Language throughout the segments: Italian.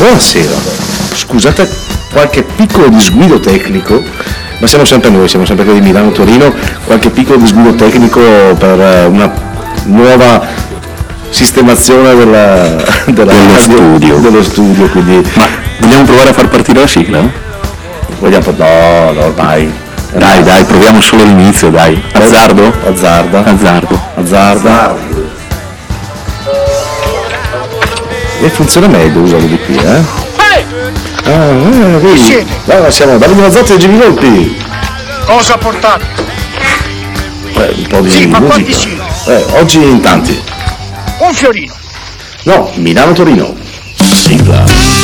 Buonasera, scusate qualche piccolo disguido tecnico, ma siamo sempre noi, siamo sempre quelli di Milano-Torino, qualche piccolo disguido tecnico per una nuova sistemazione dello studio, quindi... Ma vogliamo provare a far partire la sigla? No, dai. Dai, proviamo solo l'inizio, dai. Azzarda. E funziona meglio usarlo di qui, vedi? No, siamo Davide Mazzotti e Jimmy Volpi. Cosa portate? Un po' di Sì, ma quanti musica. siete? Oggi in tanti. Un fiorino. No, Milano-Torino. Sigla.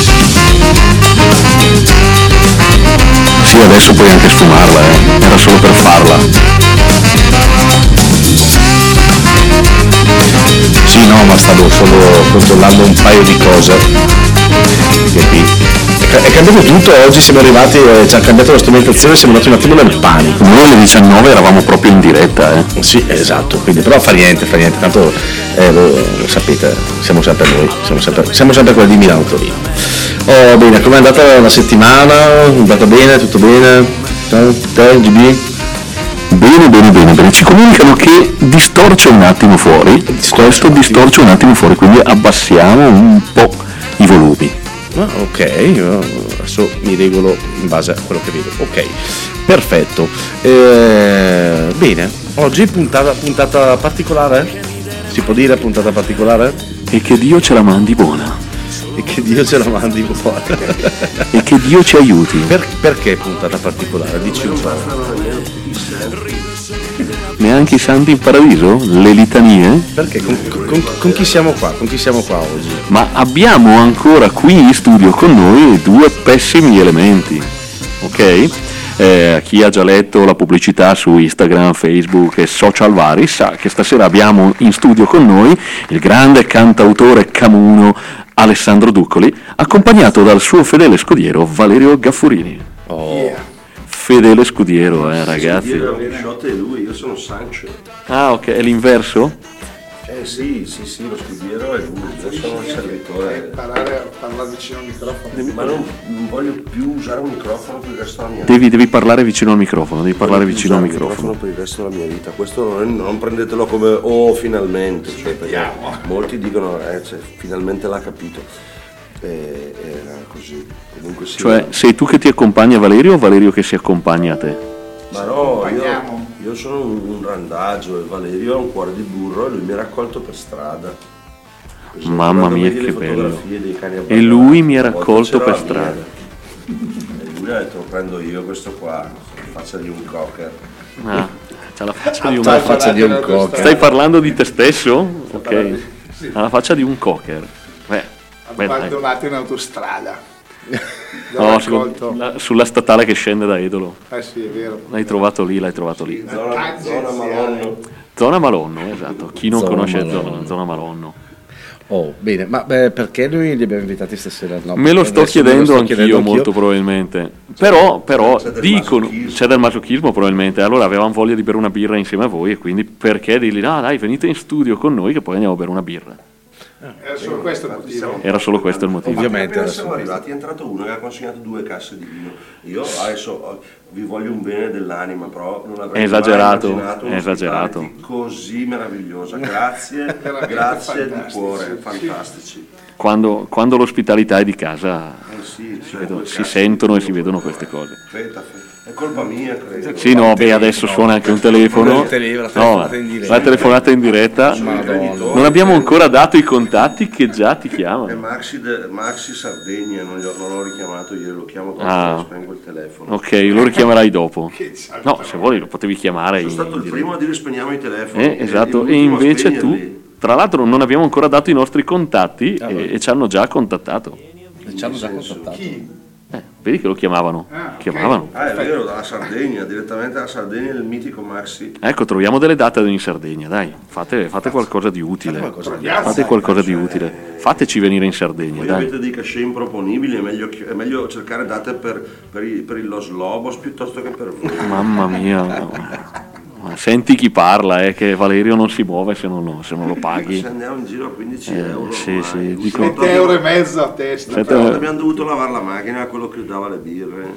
Sì, adesso puoi anche sfumarla, era solo per farla. Sì, no, ma stavo solo controllando un paio di cose. Che qui è cambiato tutto, oggi siamo arrivati, ci ha cambiato la strumentazione, siamo andati un attimo nel panico. Noi alle 19 eravamo proprio in diretta, Sì, esatto, quindi però fa niente, tanto lo sapete, siamo sempre noi, siamo sempre quelli di Milano-Torino. Oh, bene, com'è andata la settimana? È andata bene, tutto bene? Te, GB? Bene, ci comunicano che distorce un attimo fuori, quindi abbassiamo un po' i volumi. Ok, io adesso mi regolo in base a quello che vedo. Ok, perfetto. Bene, oggi puntata particolare? Si può dire puntata particolare? E che Dio ce la mandi buona. E che Dio ce la mandi buona. E che Dio ci aiuti. Perché puntata particolare? Dici un po'. Neanche i santi in paradiso? Le litanie? Perché? Con chi siamo qua? Con chi siamo qua oggi? Ma abbiamo ancora qui in studio con noi due pessimi elementi, ok? Chi ha già letto la pubblicità su Instagram, Facebook e social vari sa che stasera abbiamo in studio con noi il grande cantautore camuno Alessandro Duccoli, accompagnato dal suo fedele scudiero Valerio Gaffurini. Fedele scudiero, ragazzi. È lui, io sono Sancho. Ah, ok, è l'inverso? Sì, lo scudiero è lui, io sono il servitore. Parlare vicino al microfono. Ma non voglio più usare un microfono per il resto della mia vita. Devi parlare vicino al microfono, per il resto della mia vita. Questo non prendetelo come finalmente, cioè, perché molti dicono finalmente l'ha capito. Era così. Comunque sì. Cioè, sei tu che ti accompagni a Valerio o Valerio che si accompagna a te? Ma no, io sono un randagio e Valerio ha un cuore di burro e lui mi ha raccolto per strada. Così, mamma mia che bello. E lui mi ha raccolto per strada. E lui ha detto prendo io questo qua, faccia di un cocker. C'ha la faccia di un cocker. Stai parlando di te stesso? Ok. Ha la faccia di un cocker. Abbandonato in autostrada. Sulla statale che scende da Edolo. Sì, è vero. L'hai trovato lì. Zona Malonno, esatto. Chi non conosce zona Malonno? Oh, bene, ma perché noi li abbiamo invitati stasera? No, me lo sto chiedendo anch'io molto probabilmente. Però dicono c'è del masochismo probabilmente. Allora avevamo voglia di bere una birra insieme a voi e quindi perché dirgli no dai venite in studio con noi che poi andiamo a bere una birra. Era solo questo il motivo. Era solo questo il motivo. Ovviamente siamo arrivati, è entrato uno che ha consegnato 2 casse di vino. Io adesso vi voglio un bene dell'anima, però non avrei mai immaginato così meravigliosa. Grazie di cuore, fantastici. Quando l'ospitalità è di casa si sentono e si vedono queste cose. È colpa mia, credo. Sì, adesso suona anche un telefono. La telefonata in diretta. Non abbiamo ancora dato i contatti che già ti chiamano. È Maxi Sardegna, non l'ho richiamato ieri, lo chiamo quando spengo il telefono. Ok, lo richiamerai dopo. No, se vuoi lo potevi chiamare. Sono stato il primo a dire spegniamo i telefoni. Esatto, e invece tu, tra l'altro non abbiamo ancora dato i nostri contatti e ci hanno già contattato. Chi? Vedi che lo chiamavano. È vero, dalla Sardegna, direttamente dalla Sardegna del mitico Maxi. Ecco, troviamo delle date in Sardegna, dai, fate qualcosa di utile. Fate qualcosa di utile. Fateci venire in Sardegna, voi dai. Avete dei cachet improponibili, è meglio cercare date per i Los Lobos piuttosto che per voi. Mamma mia. senti chi parla, che Valerio non si muove se non lo paghi. Se andiamo in giro a 15 euro. Sì, dico, 7,5 euro a testa. Abbiamo dovuto lavare la macchina, quello che dava le birre.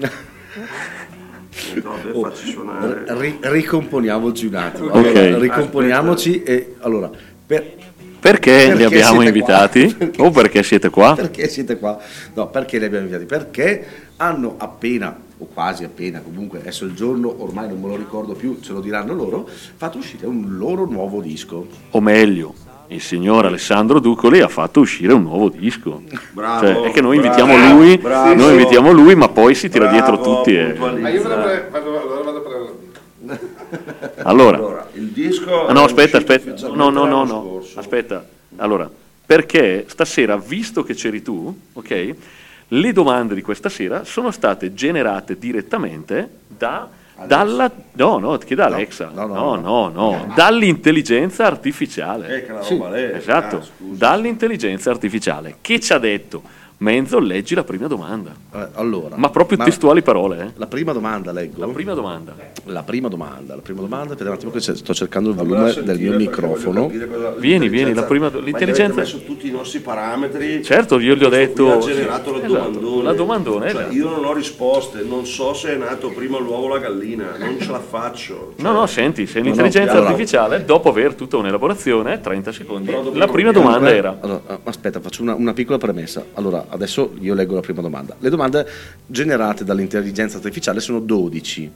Facci suonare. Ricomponiamoci un attimo. Ok. Ricomponiamoci e allora perché li abbiamo invitati? O perché siete qua? Perché siete qua? No, perché li abbiamo invitati? Perché hanno appena, o quasi appena, comunque adesso il giorno ormai non me lo ricordo più, ce lo diranno loro, fatto uscire un loro nuovo disco. O meglio, il signor Alessandro Ducoli ha fatto uscire un nuovo disco. Bravo, cioè, è che noi invitiamo lui, ma poi si tira dietro tutti. Ma io vado a prendere. Allora, il disco. No, aspetta. No. Aspetta. Allora, perché stasera, visto che c'eri tu, ok? Le domande di questa sera sono state generate direttamente dalla Alexa. No, dall'intelligenza artificiale. Esatto, dall'intelligenza artificiale che ci ha detto: Menzo, leggi la prima domanda. Allora, ma proprio testuali parole. La prima domanda leggo. La prima domanda, aspetta un attimo che sto cercando il volume del mio microfono. Vieni, l'intelligenza. Ha messo tutti i nostri parametri. Certo, io gli ho detto. Ha generato la domandone. Esatto. Io non ho risposte, non so se è nato prima l'uovo o la gallina, non ce la faccio. No, senti, se l'intelligenza artificiale, dopo aver tutta un'elaborazione, 30 secondi. La prima domanda era. Allora, aspetta, faccio una piccola premessa. Allora, adesso io leggo la prima domanda. Le domande generate dall'intelligenza artificiale sono 12.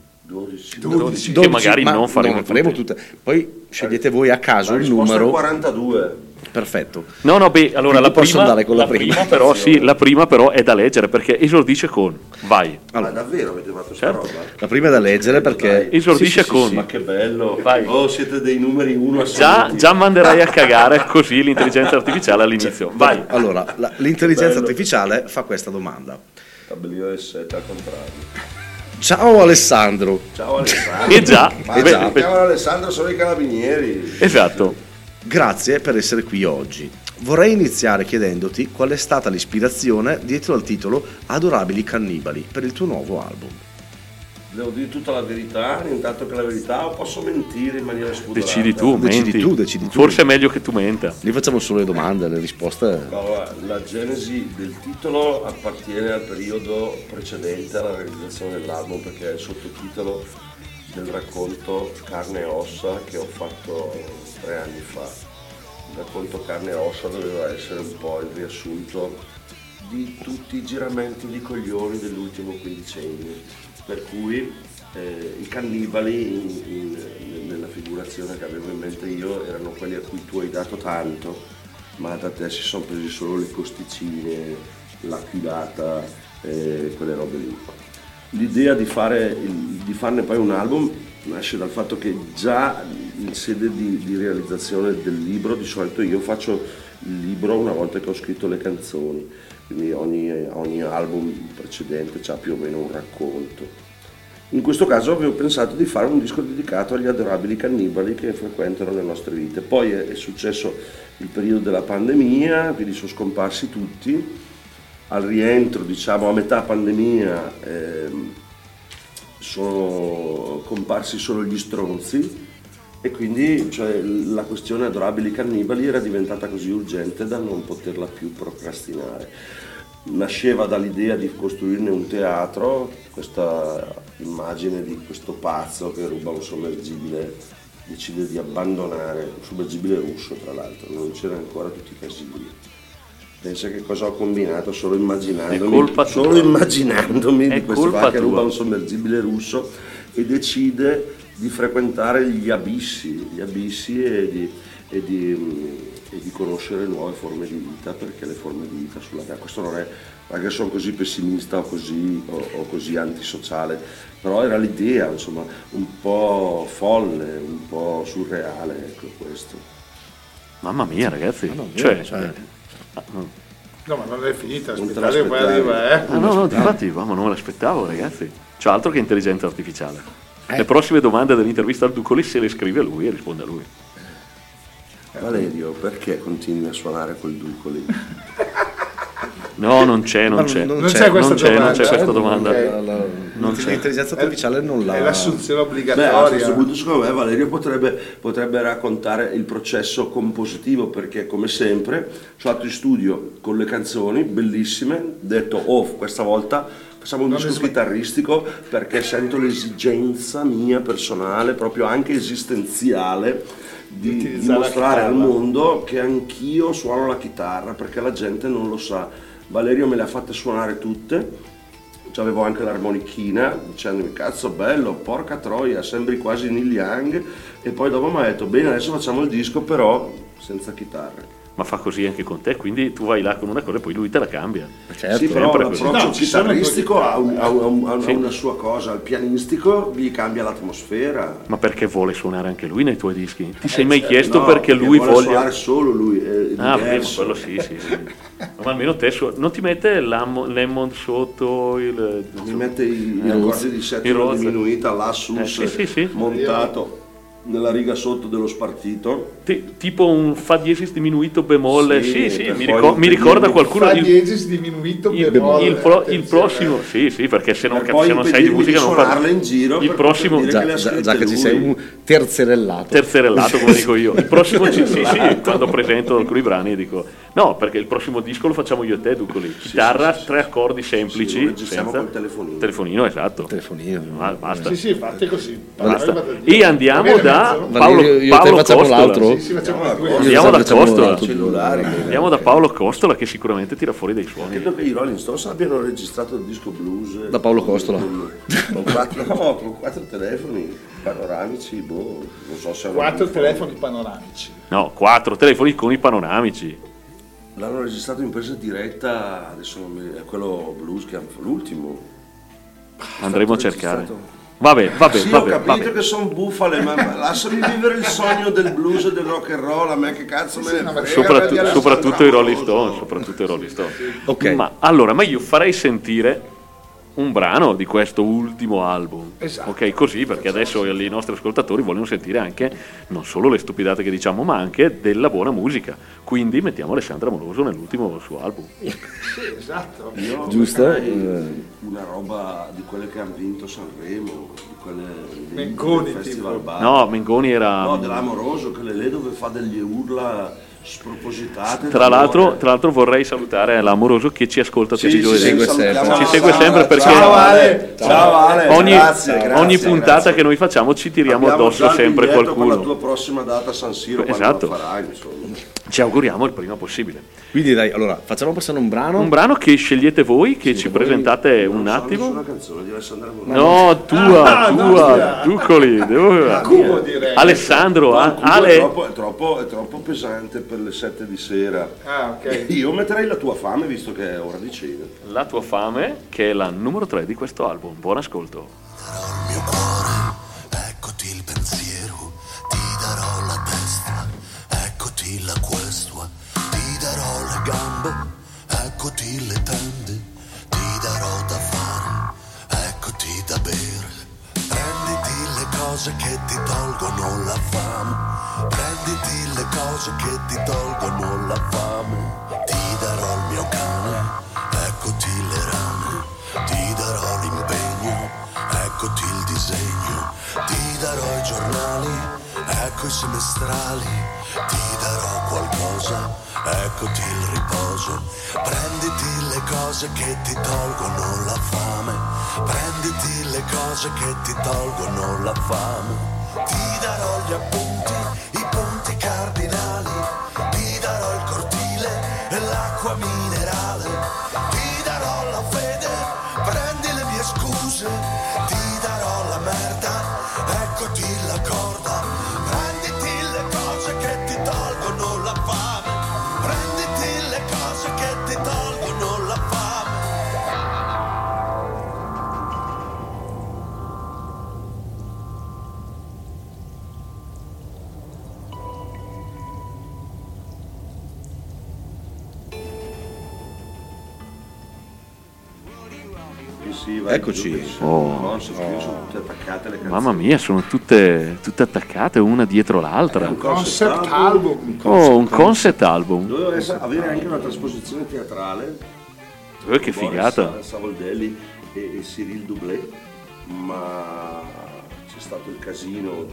12 che magari non faremo tutte. Poi scegliete voi a caso il numero. 42. Perfetto. Allora la posso andare con la prima però sì, la prima però è da leggere perché esordisce con vai. Allora, davvero avete fatto questa roba? La prima è da leggere perché esordisce con. Sì, ma che bello. Vai. Siete dei numeri uno già manderai a cagare così l'intelligenza artificiale all'inizio. Vai. Allora, l'intelligenza artificiale fa questa domanda. Tabellino del 7 al contrario. Ciao Alessandro. E già. Chiamano Alessandro, sono i carabinieri. Esatto. Grazie per essere qui oggi. Vorrei iniziare chiedendoti qual è stata l'ispirazione dietro al titolo Adorabili Cannibali per il tuo nuovo album. Devo dire tutta la verità, nient'altro che la verità, o posso mentire in maniera spudorata? Decidi tu. Forse è meglio che tu menta. Gli facciamo solo le domande, le risposte. Allora, la genesi del titolo appartiene al periodo precedente alla realizzazione dell'album, perché è il sottotitolo del racconto Carne e Ossa che ho fatto 3 anni fa. Il racconto Carne e Ossa doveva essere un po' il riassunto di tutti i giramenti di coglioni dell'ultimo quindicennio. Per cui i cannibali nella figurazione che avevo in mente io erano quelli a cui tu hai dato tanto, ma da te si sono presi solo le costicine, l'aquilata, quelle robe lì. L'idea di farne poi un album nasce dal fatto che già in sede di realizzazione del libro, di solito io faccio il libro una volta che ho scritto le canzoni, quindi ogni album precedente ha più o meno un racconto. In questo caso avevo pensato di fare un disco dedicato agli adorabili cannibali che frequentano le nostre vite. Poi è successo il periodo della pandemia, quindi sono scomparsi tutti. Al rientro, diciamo a metà pandemia, sono comparsi solo gli stronzi e quindi la questione adorabili cannibali era diventata così urgente da non poterla più procrastinare. Nasceva dall'idea di costruirne un teatro, questa immagine di questo pazzo che ruba un sommergibile, decide di abbandonare, un sommergibile russo tra l'altro, non c'erano ancora tutti i casini. Pensa che cosa ho combinato solo immaginandomi di questo qua che ruba un sommergibile russo e decide di frequentare gli abissi e di conoscere nuove forme di vita, perché le forme di vita sulla Terra, questo non è perché sono così pessimista o così antisociale, però era l'idea, insomma, un po' folle, un po' surreale, ecco questo. Mamma mia ragazzi, No, ma non è finita, aspettare poi arriva, infatti, ma non me l'aspettavo ragazzi, c'è altro che intelligenza artificiale. Le prossime domande dell'intervista al Ducoli se le scrive lui e risponde a lui. Valerio, perché continui a suonare col Ducoli? No, non c'è questa domanda. L'intelligenza artificiale non l'ha. È l'assunzione Beh, a obbligatoria. questo punto secondo me Valerio potrebbe raccontare il processo compositivo, perché come sempre sono andato in studio con le canzoni bellissime, detto questa volta facciamo un disco chitarristico perché sento l'esigenza mia personale, proprio anche esistenziale, di dimostrare al mondo che anch'io suono la chitarra, perché la gente non lo sa. Valerio me le ha fatte suonare tutte. C'avevo anche l'armonichina, dicendomi cazzo bello, porca troia, sembri quasi Neil Young, e poi dopo mi ha detto bene, adesso facciamo il disco però senza chitarre. Ma fa così anche con te, quindi tu vai là con una cosa e poi lui te la cambia. Certo, sì, però così. l'approccio chitarristico ha una sua cosa, il pianistico gli cambia l'atmosfera. Ma perché vuole suonare anche lui nei tuoi dischi? Ti sei mai chiesto perché lui vuole voglia suonare solo lui? quello sì. Ma almeno te non ti mette Lemon sotto il... Mi mette i accordi di settima diminuita là sì. montato nella riga sotto dello spartito, tipo un fa diesis diminuito bemolle. Sì, mi ricorda qualcuno Fa diesis diminuito bemolle. Il prossimo, sì, perché se non sai di musica non suonarle in giro. Il prossimo già che ci sei un terzerellato come dico io. Il prossimo sì, quando presento alcuni brani dico no, perché il prossimo disco lo facciamo io e te, Ducoli. Chitarra, 3 accordi semplici, lo registriamo col telefonino. Esatto. Basta. Sì, fate così. E andiamo da Paolo Costola. Sì, facciamo Andiamo da Paolo Costola, che sicuramente tira fuori dei suoni. Credo che i Rolling Stones abbiano registrato il disco blues da Paolo Costola con 4 telefoni panoramici, non so se 4 telefoni panoramici. No, 4 telefoni con i panoramici. L'hanno registrato in presa diretta, adesso è quello blues che l'ultimo. Andremo a cercare. Vabbè. Ho capito che sono bufale, ma lasciami vivere il sogno del blues e del rock and roll, a me che cazzo me ne frega. Soprattutto i Rolling Stones. Okay. Ma io farei sentire un brano di questo ultimo album, esatto. Ok, così, perché adesso i nostri ascoltatori vogliono sentire anche non solo le stupidate che diciamo, ma anche della buona musica. Quindi mettiamo Alessandra Amoroso nell'ultimo suo album. Sì, esatto. Io giusto? Una roba di quelle che hanno vinto Sanremo, di quelle Mengoni, Festival Bar. No, Mengoni era... No, dell'Amoroso, che le dove fa degli urla spropositate. Tra l'altro vorrei salutare l'Amoroso che ci ascolta tutti i giorni. Ci segue sempre perché ciao Ale. Ogni puntata che noi facciamo ci tiriamo addosso sempre qualcuno. Per la tua prossima data a San Siro, esatto. Quando lo farai, insomma. Ci auguriamo il prima possibile. Quindi dai, allora facciamo passare un brano. Un brano che scegliete voi, che ci presentate un attimo. Non so canzone di Alessandra Amoroso. No, tua, Ducoli. Alessandro, Ale. È troppo pesante per le 7 di sera. Ok. Io metterei La tua fame, visto che è ora di cena. La tua fame, che è la numero 3 di questo album. Buon ascolto. Darò il mio cuore, eccoti il pensiero, ti darò la testa, eccoti la questua, ti darò le gambe, eccoti le tende, ti darò da fare, eccoti da bere. Prenditi le cose che ti tolgono la fame, prenditi le cose che ti tolgono la fame. Ti darò il mio cane, eccoti le rane, ti darò l'impegno, eccoti il disegno, ti darò i giornali, ecco i semestrali, ti darò qualcosa, eccoti il riposo. Prenditi le cose che ti tolgono la fame, prenditi le cose che ti tolgono la fame. Ti darò gli appunti, i punti cardinali, ti darò il cortile e l'acqua minerale, ti darò la fede, prendi le mie scuse, ti darò la merda, eccoti la corda. Prenditi le cose che ti tolgono la fame, prenditi le cose che ti tolgono la fame. Eccoci. Sono tutte attaccate le canzoni. Mamma mia, sono tutte attaccate una dietro l'altra. Un Concept album. Un concept album. Doveva avere anche una trasposizione teatrale. Che figata. Savoldelli e Cyril Doublé. ma c'è stato il casino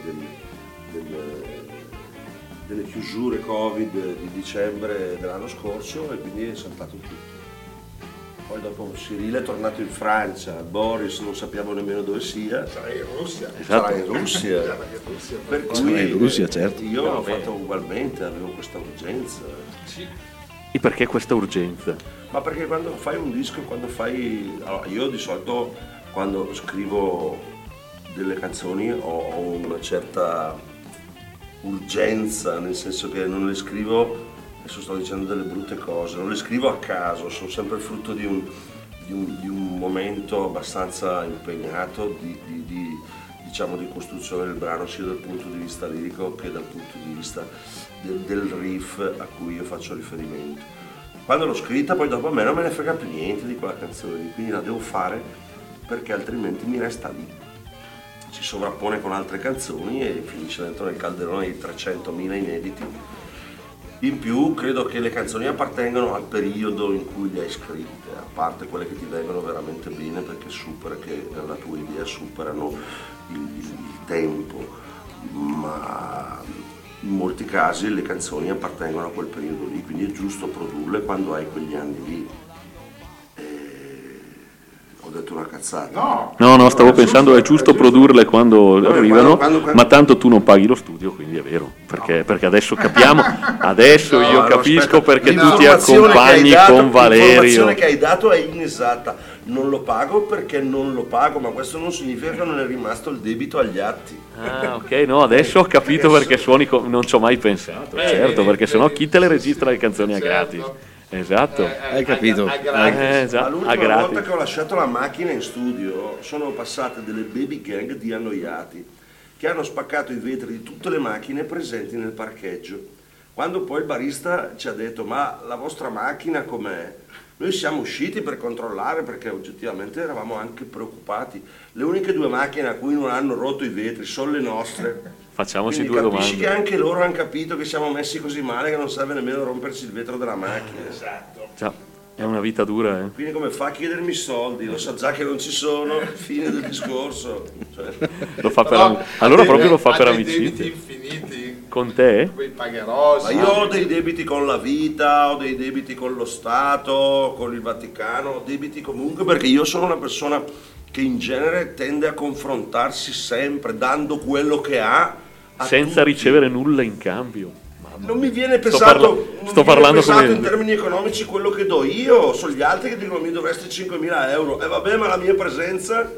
delle chiusure Covid di dicembre dell'anno scorso e quindi è saltato tutto. Poi dopo Cyril è tornato in Francia, Boris non sappiamo nemmeno dove sia. Sarà in Russia. Sarà in Russia. Per cui in Russia, certo. Io l'ho fatto ugualmente, avevo questa urgenza. Sì. E perché questa urgenza? Ma perché quando fai un disco, allora, io di solito quando scrivo delle canzoni ho una certa urgenza, nel senso che non le scrivo, adesso sto dicendo delle brutte cose, non le scrivo a caso, sono sempre il frutto di un momento abbastanza impegnato di costruzione del brano, sia dal punto di vista lirico che dal punto di vista del riff a cui io faccio riferimento. Quando l'ho scritta poi dopo a me non me ne frega più niente di quella canzone lì, quindi la devo fare perché altrimenti mi resta lì. Si sovrappone con altre canzoni e finisce dentro nel calderone di 300.000 inediti. In più credo che le canzoni appartengano al periodo in cui le hai scritte, a parte quelle che ti vengono veramente bene perché che nella tua idea superano il tempo, ma in molti casi le canzoni appartengono a quel periodo lì, quindi è giusto produrle quando hai quegli anni lì. Ho detto una cazzata. No, stavo pensando è giusto produrle quando arrivano, ma tanto tu non paghi lo studio, quindi è vero, perché adesso capiamo, adesso io capisco perché tu ti accompagni con Valerio. L'informazione che hai dato è inesatta, non lo pago perché non lo pago, ma questo non significa che non è rimasto il debito agli atti. Ah, ok, no, adesso ho capito perché suoni non ci ho mai pensato, certo, perché sennò chi te le registra le canzoni a gratis? Esatto, hai capito? Ma l'ultima volta che ho lasciato la macchina in studio sono passate delle baby gang di annoiati che hanno spaccato i vetri di tutte le macchine presenti nel parcheggio. Quando poi il barista ci ha detto ma la vostra macchina com'è? Noi siamo usciti per controllare perché oggettivamente eravamo anche preoccupati. Le uniche due macchine a cui non hanno rotto i vetri sono le nostre. Facciamoci quindi due capisci domande. Che anche loro hanno capito che siamo messi così male che non serve nemmeno romperci il vetro della macchina. Esatto. Già, è una vita dura, eh. Quindi come fa a chiedermi soldi? Lo sa già che non ci sono, fine del discorso. Cioè. Lo fa allora proprio lo fa per amicizia. Infiniti. Con te? Poi pagherò. Ma io ho dei debiti con la vita, ho dei debiti con lo Stato, con il Vaticano, ho debiti comunque perché io sono una persona che in genere tende a confrontarsi sempre dando quello che ha senza tutti. Ricevere nulla in cambio. Non mi viene pesato, sto parlando come in termini economici quello che do io, sono gli altri che dicono mi dovresti 5.000 euro. E vabbè, ma la mia presenza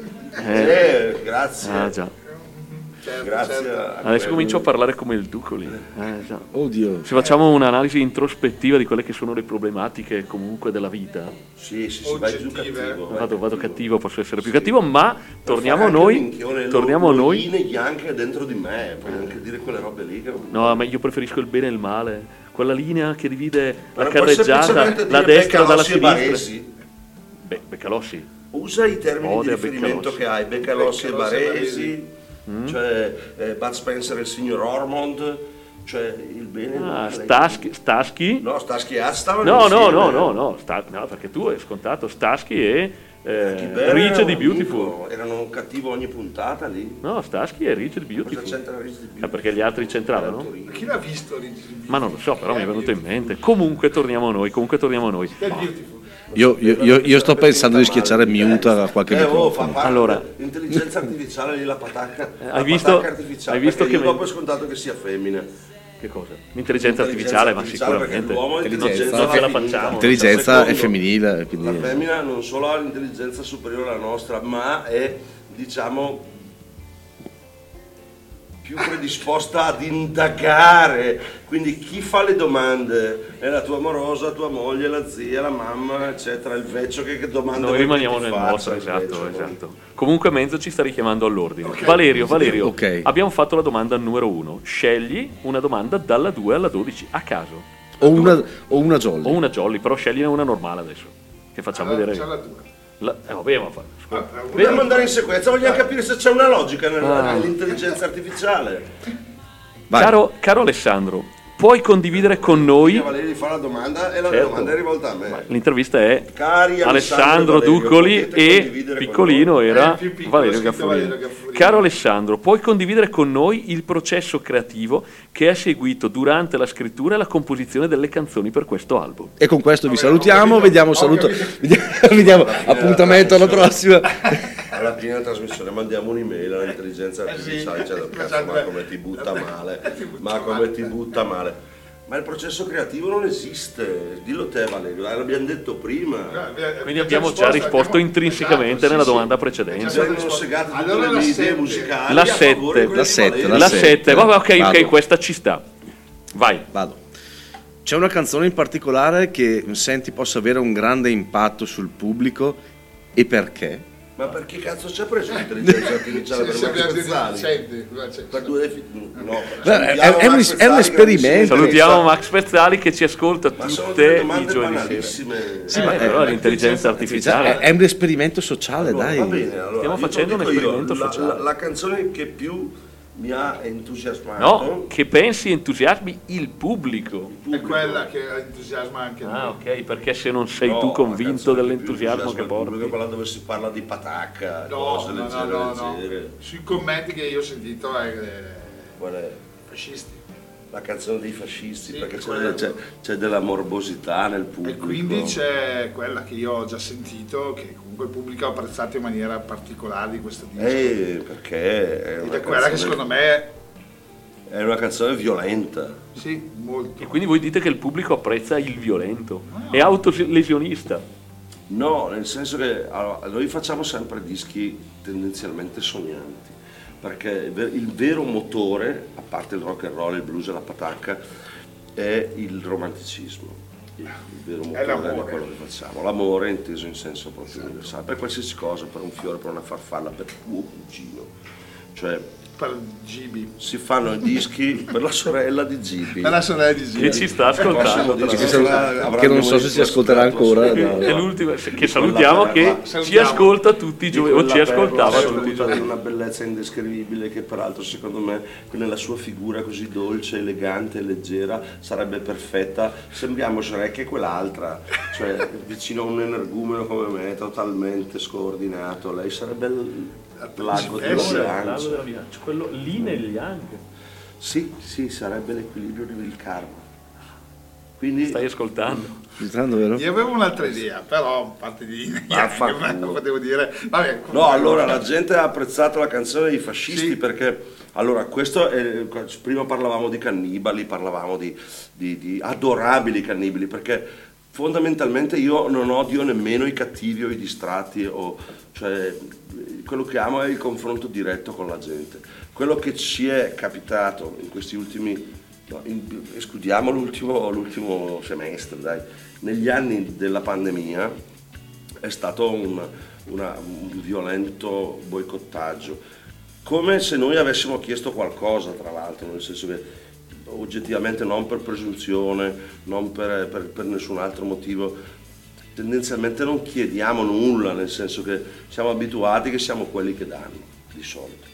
grazie. Ah già. Grazie. Certo. Adesso comincio a parlare come il Ducoli. Già. Oddio. Se facciamo un'analisi introspettiva di quelle che sono le problematiche comunque della vita. Sì, vai giù cattivo. Vado cattivo, posso essere più cattivo, ma torniamo a noi. Torniamo a noi. Yin anche dentro di me, puoi anche dire quelle robe lì. Che... No, ma io preferisco il bene e il male. Quella linea che divide la carreggiata, la destra dalla sinistra. Beccalossi. Usa i termini di riferimento che hai, Beccalossi e Baresi. Cioè Bud Spencer e il signor Ormond, cioè il bene. Staschi. No, Staschi e Hutch stavano No, insieme. no, perché tu hai scontato Staschi e Rich di Beautiful. Erano cattivo ogni puntata lì. No, Staschi e Rich di Beautiful. Cosa c'entra Rich di Beautiful? Perché gli altri c'entravano? Chi l'ha visto Rich di Beautiful? Ma non lo so, però mi è venuto in mente. Comunque torniamo a noi. Io sto pensando di schiacciare mute a qualche microfono. Allora, l'intelligenza artificiale lì, la patacca. Hai visto che io dopo è scontato che sia femmina. Che cosa? L'intelligenza artificiale, ma sicuramente. L'intelligenza è femminile. Quindi... La femmina non solo ha l'intelligenza superiore alla nostra, ma è, diciamo, più predisposta ad indagare. Quindi chi fa le domande è la tua amorosa, tua moglie, la zia, la mamma, eccetera, il vecchio che domanda. Noi rimaniamo nel nostro, esatto. Comunque Menzo ci sta richiamando all'ordine. Okay. Valerio, okay. Abbiamo fatto la domanda numero 1. Scegli una domanda dalla 2 alla 12 a caso. O una jolly. O una jolly, però scegliene una normale adesso. Che facciamo vedere. C'è la 2. Vabbè, ma vogliamo andare in sequenza, vogliamo capire se c'è una logica nell'intelligenza artificiale. Caro Alessandro, puoi condividere con noi. Valerio fa la domanda e la Certo. domanda è rivolta a me. L'intervista è Cari Alessandro Valerio, Duccoli potete e condividere con piccolino noi? era più piccolo, Valerio scritto Gaffurino. Valerio Gaffurino. Caro Alessandro, puoi condividere con noi il processo creativo che hai seguito durante la scrittura e la composizione delle canzoni per questo album? E con questo vi Vabbè, salutiamo, ho vediamo capito. vediamo appuntamento alla prossima. Alla fine della trasmissione mandiamo un'email all'intelligenza artificiale, cioè, cazzo, ma come ti butta male. Ma il processo creativo non esiste, dillo te Valerio, l'abbiamo detto prima. Quindi abbiamo già risposto intrinsecamente nella domanda precedente. Vengono segate tutte Allora le la idee sette. musicali. La a favore sette. di La sette, Valerio. La sette. 7, vabbè, ok, Vado. questa ci sta. Vai. Vado. C'è una canzone in particolare che senti possa avere un grande impatto sul pubblico e perché? Ma perché cazzo ci ha preso l'intelligenza artificiale per Max Pezzali? Per no, È un esperimento. Salutiamo Max Pezzali che ci ascolta Ma sono tutte delle i domande giorni sera. banalissime. Sì, ma Però l'intelligenza artificiale. È un esperimento sociale, Allora, dai. va bene, allora, Stiamo io facendo un dico io, esperimento sociale. La canzone che più mi ha entusiasmato. No, che pensi entusiasmi il pubblico. È quella che entusiasma anche noi. Ah, ok, perché se non sei No, tu la convinto canzone dell'entusiasmo più che entusiasma il pubblico è porti. quella dove si parla di patacca, No, cose no, leggere, no. leggere. Sui commenti che io ho sentito è Qual è? fascisti. La canzone dei fascisti, Sì, perché quella. c'è della morbosità nel E pubblico. quindi c'è quella che io ho già sentito, che comunque il pubblico ha apprezzato in maniera particolare di questo disco. Perché è Ed una è quella che canzone- secondo me, è una canzone violenta. sì, molto. E quindi voi dite che il pubblico apprezza il violento. È autolesionista. No, nel senso che allora, noi facciamo sempre dischi tendenzialmente sognanti, perché il vero motore, a parte il rock and roll, il blues e la patacca, è il romanticismo. Il vero motore l'amore. di quello che facciamo, l'amore inteso in senso proprio universale, per qualsiasi cosa, per un fiore, per una farfalla, per tuo cugino. Cioè Per Gibi. si fanno i dischi per la sorella di Gibi. Per la sorella di Gibi. Che ci sta ascoltando. Che non so se ci ascolterà ancora. È l'ultima che salutiamo che ci Salutiamo. ascolta tutti i giorni o ci ascoltava tutti i È giorni. una bellezza indescrivibile che peraltro secondo me nella sua figura così dolce, elegante e leggera sarebbe perfetta. Sembriamo Shrek e quell'altra, cioè vicino a un energumeno come me, totalmente scordinato. Lei sarebbe l'ago della bilancia. Quello lì negli anche. Sì, sarebbe l'equilibrio del karma. Quindi Stai ascoltando. Ascoltando, vero? Io avevo un'altra idea, però a parte di Vaffanculo. non potevo dire. Vabbè, no, allora la gente ha apprezzato la canzone dei fascisti Sì. perché allora questo è, prima parlavamo di cannibali, parlavamo di adorabili cannibali, perché fondamentalmente io non odio nemmeno i cattivi o i distratti, cioè quello che amo è il confronto diretto con la gente. Quello che ci è capitato in questi ultimi, escludiamo l'ultimo semestre, dai, negli anni della pandemia è stato un violento boicottaggio, come se noi avessimo chiesto qualcosa, tra l'altro, nel senso che oggettivamente non per presunzione, non per nessun altro motivo, tendenzialmente non chiediamo nulla, nel senso che siamo abituati che siamo quelli che danno, di solito.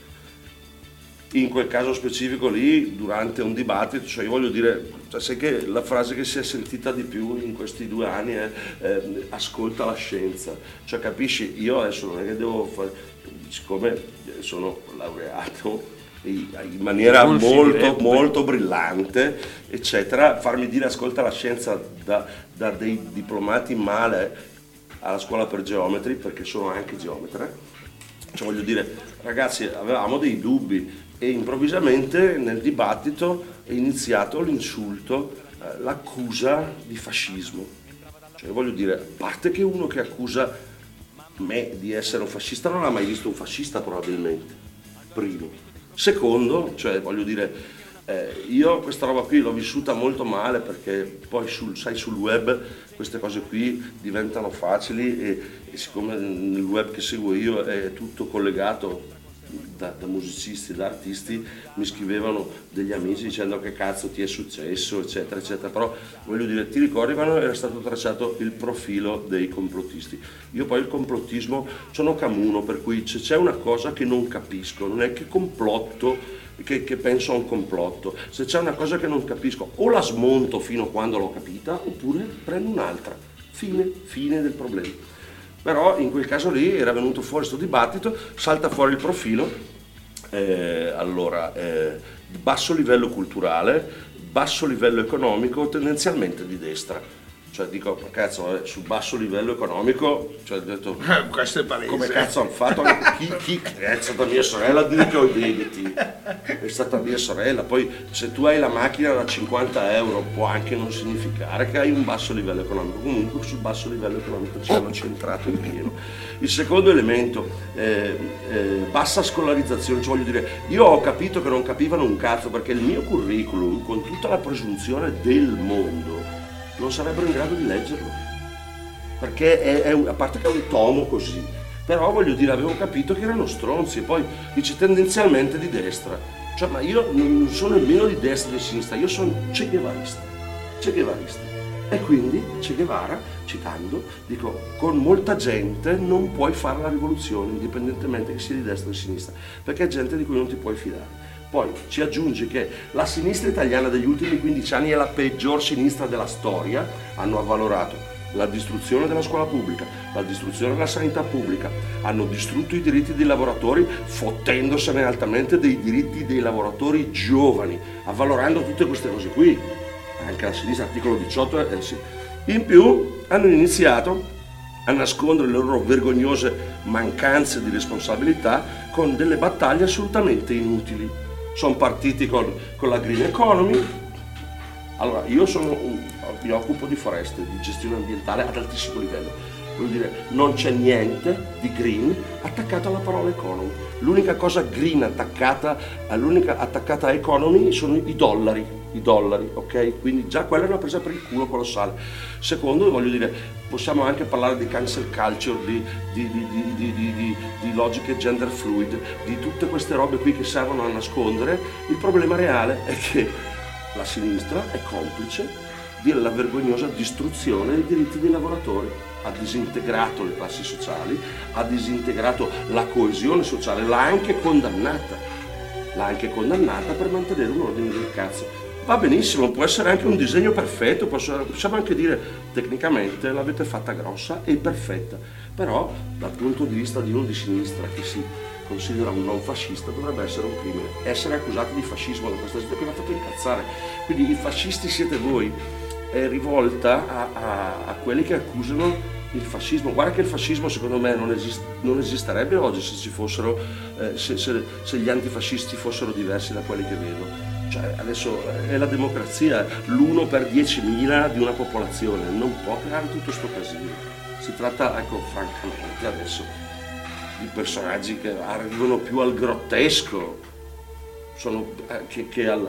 In quel caso specifico lì, durante un dibattito, cioè io voglio dire, cioè, sai che la frase che si è sentita di più in questi 2 anni è ascolta la scienza, cioè capisci, io adesso non è che devo fare, siccome sono laureato in maniera molto brillante, eccetera, farmi dire ascolta la scienza da dei diplomati male alla scuola per geometri, perché sono anche geometra, cioè voglio dire, ragazzi, avevamo dei dubbi e improvvisamente nel dibattito è iniziato l'insulto, l'accusa di fascismo, cioè voglio dire, a parte che uno che accusa me di essere un fascista non ha mai visto un fascista probabilmente, primo. Secondo, cioè voglio dire, io questa roba qui l'ho vissuta molto male, perché poi sul web queste cose qui diventano facili e siccome nel web che seguo io è tutto collegato da musicisti, da artisti, mi scrivevano degli amici dicendo che cazzo ti è successo, eccetera, eccetera. Però voglio dire, ti ricordi quando era stato tracciato il profilo dei complottisti? Io poi il complottismo sono camuno, per cui se c'è una cosa che non capisco, non è che complotto che penso a un complotto. Se c'è una cosa che non capisco, o la smonto fino a quando l'ho capita, oppure prendo un'altra. Fine del problema. Però in quel caso lì era venuto fuori questo dibattito, salta fuori il profilo, basso livello culturale, basso livello economico, tendenzialmente di destra. Cioè dico, cazzo, sul basso livello economico, cioè ho detto, questo è palese. Come cazzo hanno fatto? Chi è stata mia sorella a dire che ho i debiti? È stata mia sorella. Poi se tu hai la macchina da 50 euro può anche non significare che hai un basso livello economico. Comunque sul basso livello economico ci hanno centrato in pieno. Il secondo elemento, bassa scolarizzazione, cioè voglio dire, io ho capito che non capivano un cazzo perché il mio curriculum, con tutta la presunzione del mondo, non sarebbero in grado di leggerlo, perché a parte che è un tomo così, però voglio dire, avevo capito che erano stronzi. E poi dice tendenzialmente di destra, cioè ma io non sono nemmeno di destra o di sinistra, io sono Che Guevarista. E quindi Che Guevara, citando, dico, con molta gente non puoi fare la rivoluzione indipendentemente che sia di destra o di sinistra, perché è gente di cui non ti puoi fidare. Poi ci aggiungi che la sinistra italiana degli ultimi 15 anni è la peggior sinistra della storia, hanno avvalorato la distruzione della scuola pubblica, la distruzione della sanità pubblica, hanno distrutto i diritti dei lavoratori fottendosene altamente dei diritti dei lavoratori giovani, avvalorando tutte queste cose qui, anche la sinistra, articolo 18, sì. In più hanno iniziato a nascondere le loro vergognose mancanze di responsabilità con delle battaglie assolutamente inutili. Sono partiti con la green economy. Allora, io mi occupo di foreste, di gestione ambientale ad altissimo livello. Vuol dire, non c'è niente di green attaccato alla parola economy. L'unica cosa green attaccata a economy sono i dollari, ok? Quindi già quella è una presa per il culo colossale. Secondo, voglio dire, possiamo anche parlare di cancel culture, di logiche gender fluid, di tutte queste robe qui che servono a nascondere. Il problema reale è che la sinistra è complice della vergognosa distruzione dei diritti dei lavoratori. Ha disintegrato le classi sociali, ha disintegrato la coesione sociale, l'ha anche condannata per mantenere un ordine del cazzo. Va benissimo, può essere anche un disegno perfetto, possiamo anche dire tecnicamente l'avete fatta grossa e perfetta, però dal punto di vista di uno di sinistra che si considera un non fascista dovrebbe essere un crimine. Essere accusati di fascismo da questa gente che mi ha fatto incazzare. Quindi i fascisti siete voi. È rivolta a quelli che accusano il fascismo. Guarda che il fascismo secondo me non esisterebbe oggi se ci fossero se gli antifascisti fossero diversi da quelli che vedo. Cioè adesso è la democrazia, l'1 per 10.000 di una popolazione non può creare tutto sto casino. Si tratta, ecco, francamente adesso di personaggi che arrivano più al grottesco che al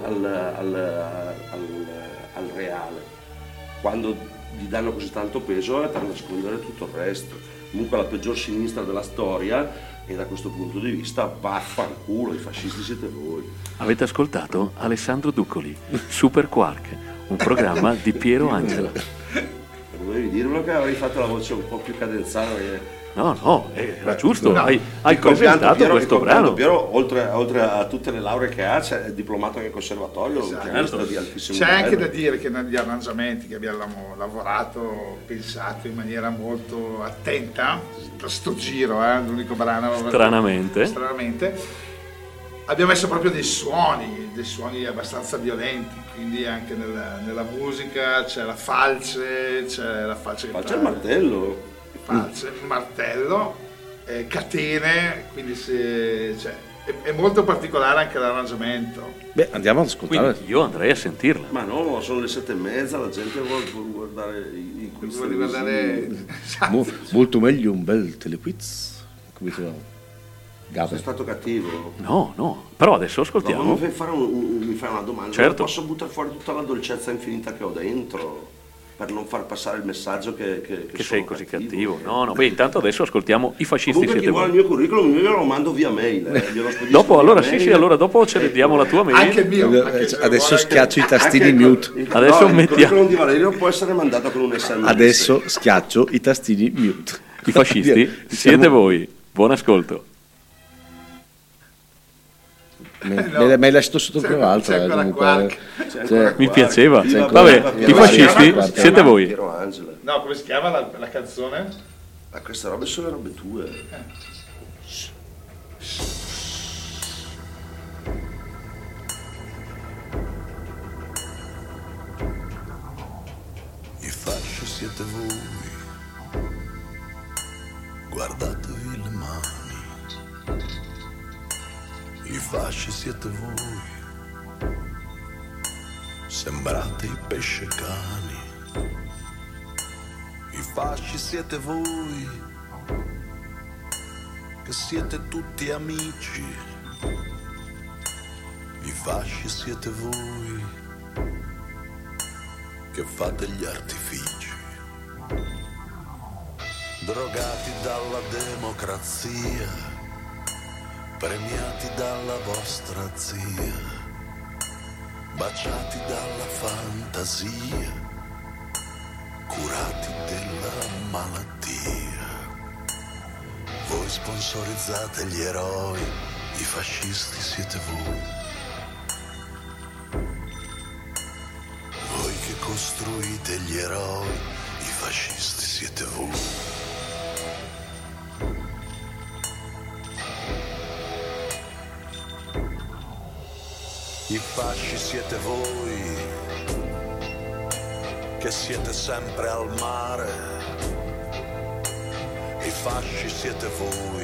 reale. Quando gli danno così tanto peso è per nascondere tutto il resto. Comunque la peggior sinistra della storia, e da questo punto di vista vaffanculo, i fascisti siete voi. Avete ascoltato Alessandro Duccoli, Super Quark, un programma di Piero Angela. Dovevi dirlo che avrei fatto la voce un po' più cadenzata perché... No, era giusto, hai presentato questo brano. Piero, oltre a tutte le lauree che ha, è diplomato anche al conservatorio, esatto. Di altissimo c'è livello. anche da dire che negli arrangiamenti che abbiamo lavorato, pensato in maniera molto attenta, per sto giro, l'unico brano stranamente, abbiamo messo proprio dei suoni abbastanza violenti, quindi anche nella musica c'è la falce, il martello. Martello, catene, quindi è molto particolare anche l'arrangiamento. Beh, andiamo ad ascoltare. Quindi io andrei a sentirla. Ma no, sono le 7:30, la gente vuole guardare i quiz. Vuole guardare... Molto meglio un bel telequiz. Come si chiama? Sei stato cattivo? No, però adesso ascoltiamo. No, mi fai una domanda. Certo. Posso buttare fuori tutta la dolcezza infinita che ho dentro? Per non far passare il messaggio che sei così cattivo. No, beh, intanto adesso ascoltiamo I fascisti siete siete voi. Comunque chi vuole il mio curriculum io lo mando via mail. Dopo, allora sì, allora dopo ce ne diamo la tua mail. Anche il mio. Adesso schiaccio i tastini mute. Adesso il curriculum di Valerio può essere mandato con un SMS. Adesso schiaccio i tastini mute. I fascisti siete voi. Buon ascolto. Me l'hai lasciato sotto più alto. Mi piaceva. Vabbè, i fascisti siete voi. No, come si chiama la canzone? Queste robe sono le robe tue. I fasci siete voi, guardatevi le mani. I fasci siete voi, sembrate i pescecani. I fasci siete voi, che siete tutti amici. I fasci siete voi, che fate gli artifici. Drogati dalla democrazia, premiati dalla vostra zia, baciati dalla fantasia, curati della malattia. Voi sponsorizzate gli eroi, i fascisti siete voi. Voi che costruite gli eroi, i fascisti siete voi. I fasci siete voi, che siete sempre al mare. I fasci siete voi,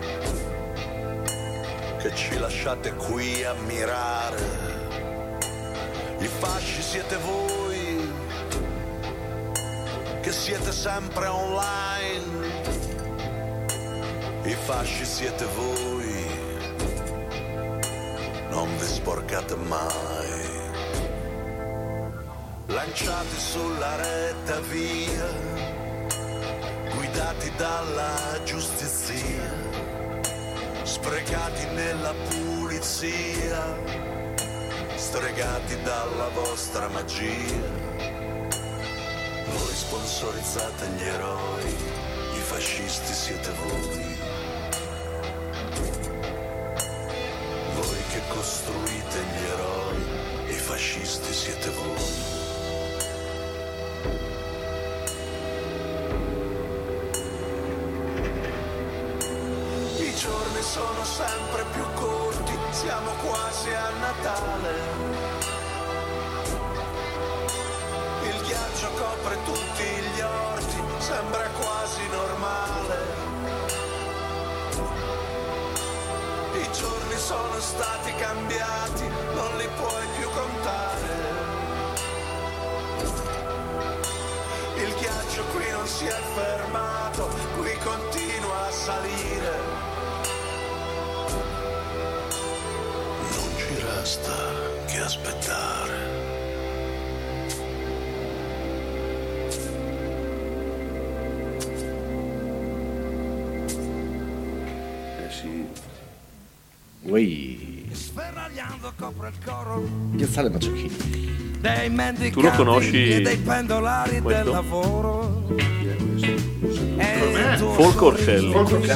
che ci lasciate qui a mirare. I fasci siete voi, che siete sempre online. I fasci siete voi, non vi sporcate mai. Lanciati sulla retta via, guidati dalla giustizia, sprecati nella pulizia, stregati dalla vostra magia. Voi sponsorizzate gli eroi, i fascisti siete voi. Voi che costruite gli eroi, i fascisti siete voi. I giorni sono sempre più corti, siamo quasi a Natale. Il ghiaccio copre tutti gli orti, sembra quasi normale. I giorni sono stati cambiati, non li puoi più contare. Il ghiaccio qui non si è fermato, qui continua a salire. Resta che aspettare. Sì. Sferragliando copre il coro Piazzale Maciocchini. dei mendicanti Tu lo conosci e dei pendolari questo? del lavoro. Folco Orselli.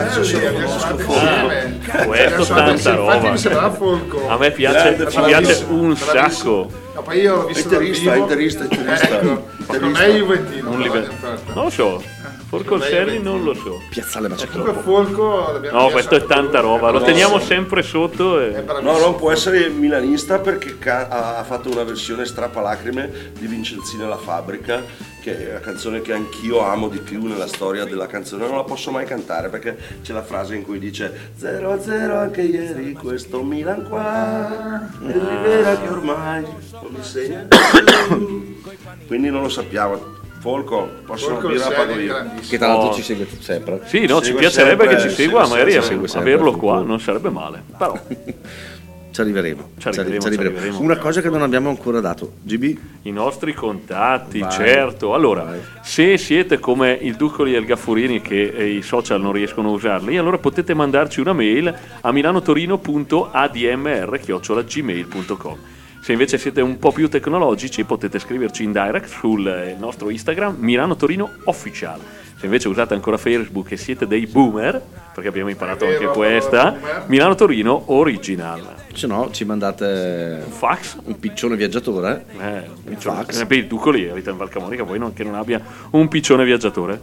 Questo tanta roba. Infatti mi sembrava Folco. A me piace, ci piace un sacco. No, poi io l'ho visto dal vivo. Interista. Ecco, per me è Juventino. Un livello. Non lo so. Folco Orselli non lo so. Piazzale Maciocchini. Comunque Folco No, questo è tanta roba. Lo teniamo sempre sotto. No, non può essere milanista perché ha fatto una versione strappalacrime di Vincenzina la fabbrica, che è la canzone che anch'io amo di più nella storia della canzone. Non la posso mai cantare perché c'è la frase in cui dice 0-0 anche ieri questo Milan qua e Rivera che ormai non mi segna più. Quindi non lo sappiamo. Folco, possono dire la pago io. Che tra l'altro ci segue sempre. Sì, no, ci piacerebbe che ci segua, magari averlo qua non sarebbe male. Però Ci arriveremo. Una cosa che non abbiamo ancora dato, GB? I nostri contatti, certo. Allora, se siete come il Duccoli e il Gaffurini che i social non riescono a usarli, allora potete mandarci una mail a milanotorino.admr@gmail.com. Se invece siete un po' più tecnologici potete scriverci in direct sul nostro Instagram Milano Torino Official. Se invece usate ancora Facebook e siete dei boomer, perché abbiamo imparato anche questa, Milano Torino Original. Se no ci mandate un fax, un piccione viaggiatore, un fax. Il Ducoli abita in Valcamonica, poi che non abbia un piccione viaggiatore.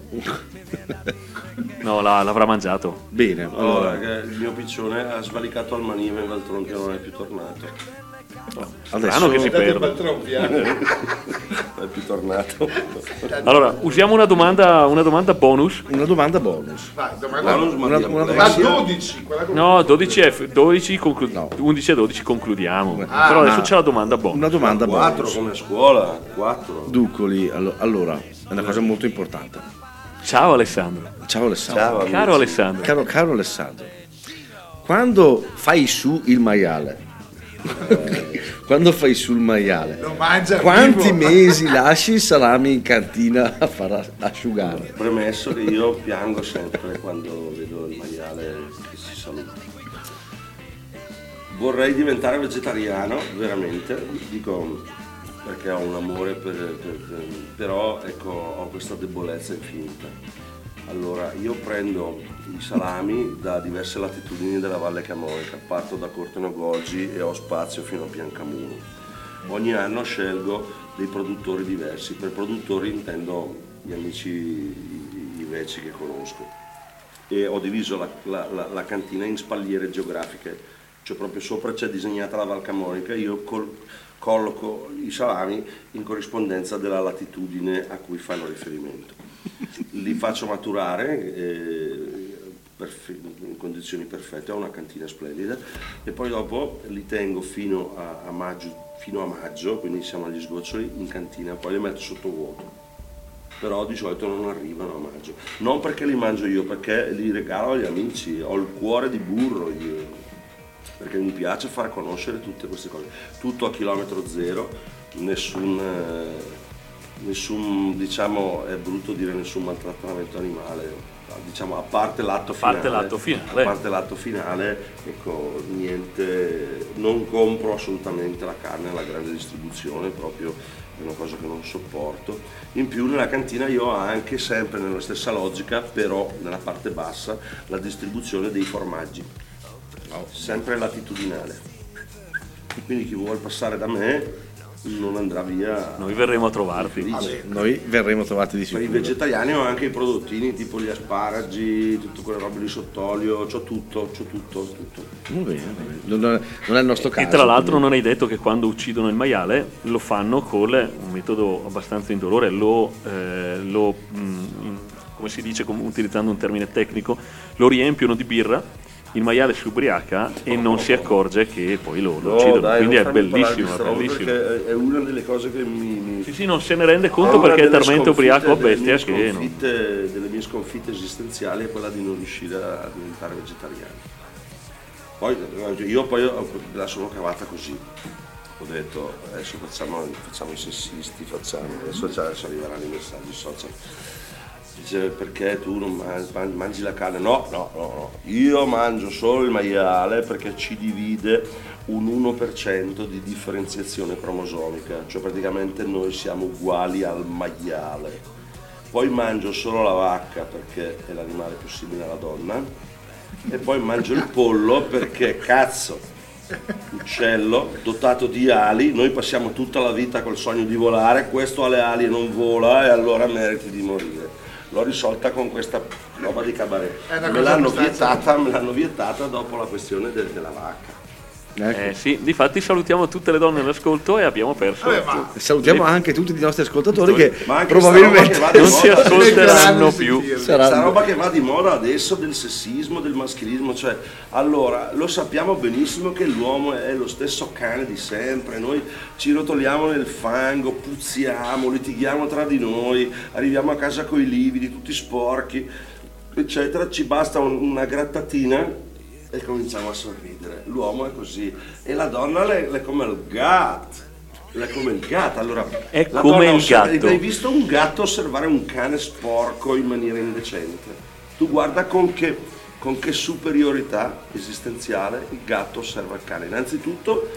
No, l'avrà mangiato. Bene, allora il mio piccione ha svalicato al Maniva in Valtronchi e non è più tornato. Strano che si perde. È più tornato. Allora, usiamo una domanda bonus. Una domanda bonus. Vai, Ma 12. No, 11 e 12 concludiamo. Però adesso c'è la domanda bonus. Una domanda 4 bonus. come a scuola, 4. Ducoli, allora, è una cosa molto importante. Ciao Alessandro. Ciao Alessandro. Caro Alessandro. Caro Alessandro. Quando fai su il maiale, quando fai sul maiale, quanti mesi lasci il salame in cantina a far asciugare? Premesso che io piango sempre quando vedo il maiale che si saluta. Vorrei diventare vegetariano, veramente, dico, perché ho un amore però ecco, ho questa debolezza infinita. Allora, io prendo i salami da diverse latitudini della Valle Camonica, parto da Corteno Golgi e ho spazio fino a Biancamuno. Ogni anno scelgo dei produttori diversi, per produttori intendo gli amici i veci che conosco. E ho diviso la cantina in spalliere geografiche, cioè proprio sopra c'è disegnata la Val Camonica, io colloco i salami in corrispondenza della latitudine a cui fanno riferimento. Li faccio maturare in condizioni perfette, ho una cantina splendida e poi dopo li tengo fino a maggio, quindi siamo agli sgoccioli in cantina, poi li metto sotto vuoto. Però di solito non arrivano a maggio, non perché li mangio io, perché li regalo agli amici, ho il cuore di burro io, perché mi piace far conoscere tutte queste cose, tutto a chilometro zero, nessun diciamo, è brutto dire nessun maltrattamento animale, diciamo a parte l'atto finale, ecco, niente, non compro assolutamente la carne alla grande distribuzione, proprio è una cosa che non sopporto. In più nella cantina io ho anche, sempre nella stessa logica, però nella parte bassa, la distribuzione dei formaggi, sempre latitudinale, quindi chi vuole passare da me non andrà via. Noi verremo a trovarti. Noi verremo a trovarti di sicuro. Per i vegetariani ho anche i prodottini tipo gli asparagi, tutte quelle robe lì sott'olio, c'ho tutto. Va bene. Non è il nostro caso. E tra l'altro non hai detto che quando uccidono il maiale lo fanno con un metodo abbastanza indolore, come si dice, utilizzando un termine tecnico, lo riempiono di birra. Il maiale si ubriaca e non si accorge che poi lo uccidono, quindi è bellissimo, perché è una delle cose che Sì, non se ne rende conto perché è talmente ubriaco a bestia che delle mie sconfitte esistenziali è quella di non riuscire a diventare vegetariano. Poi io la sono cavata così, ho detto adesso facciamo i sessisti, adesso arriveranno i messaggi social. Dice, perché tu non mangi la carne? No, io mangio solo il maiale perché ci divide un 1% di differenziazione cromosomica, cioè praticamente noi siamo uguali al maiale. Poi mangio solo la vacca perché è l'animale più simile alla donna e poi mangio il pollo perché cazzo, uccello dotato di ali, noi passiamo tutta la vita col sogno di volare, questo ha le ali e non vola e allora meriti di morire. L'ho risolta con questa roba di cabaret. Me l'hanno vietata dopo la questione della vacca. Sì, difatti salutiamo tutte le donne all'ascolto e abbiamo perso. Salutiamo anche tutti i nostri ascoltatori che probabilmente non si ascolteranno più. Questa roba che va di moda adesso del sessismo, del maschilismo, cioè allora lo sappiamo benissimo che l'uomo è lo stesso cane di sempre, noi ci rotoliamo nel fango, puzziamo, litighiamo tra di noi, arriviamo a casa coi lividi, tutti sporchi, eccetera, ci basta una grattatina e cominciamo a sorridere. L'uomo è così e la donna è come il gatto. Allora, è come il gatto. Hai visto un gatto osservare un cane sporco in maniera indecente? Tu guarda con che superiorità esistenziale il gatto osserva il cane. Innanzitutto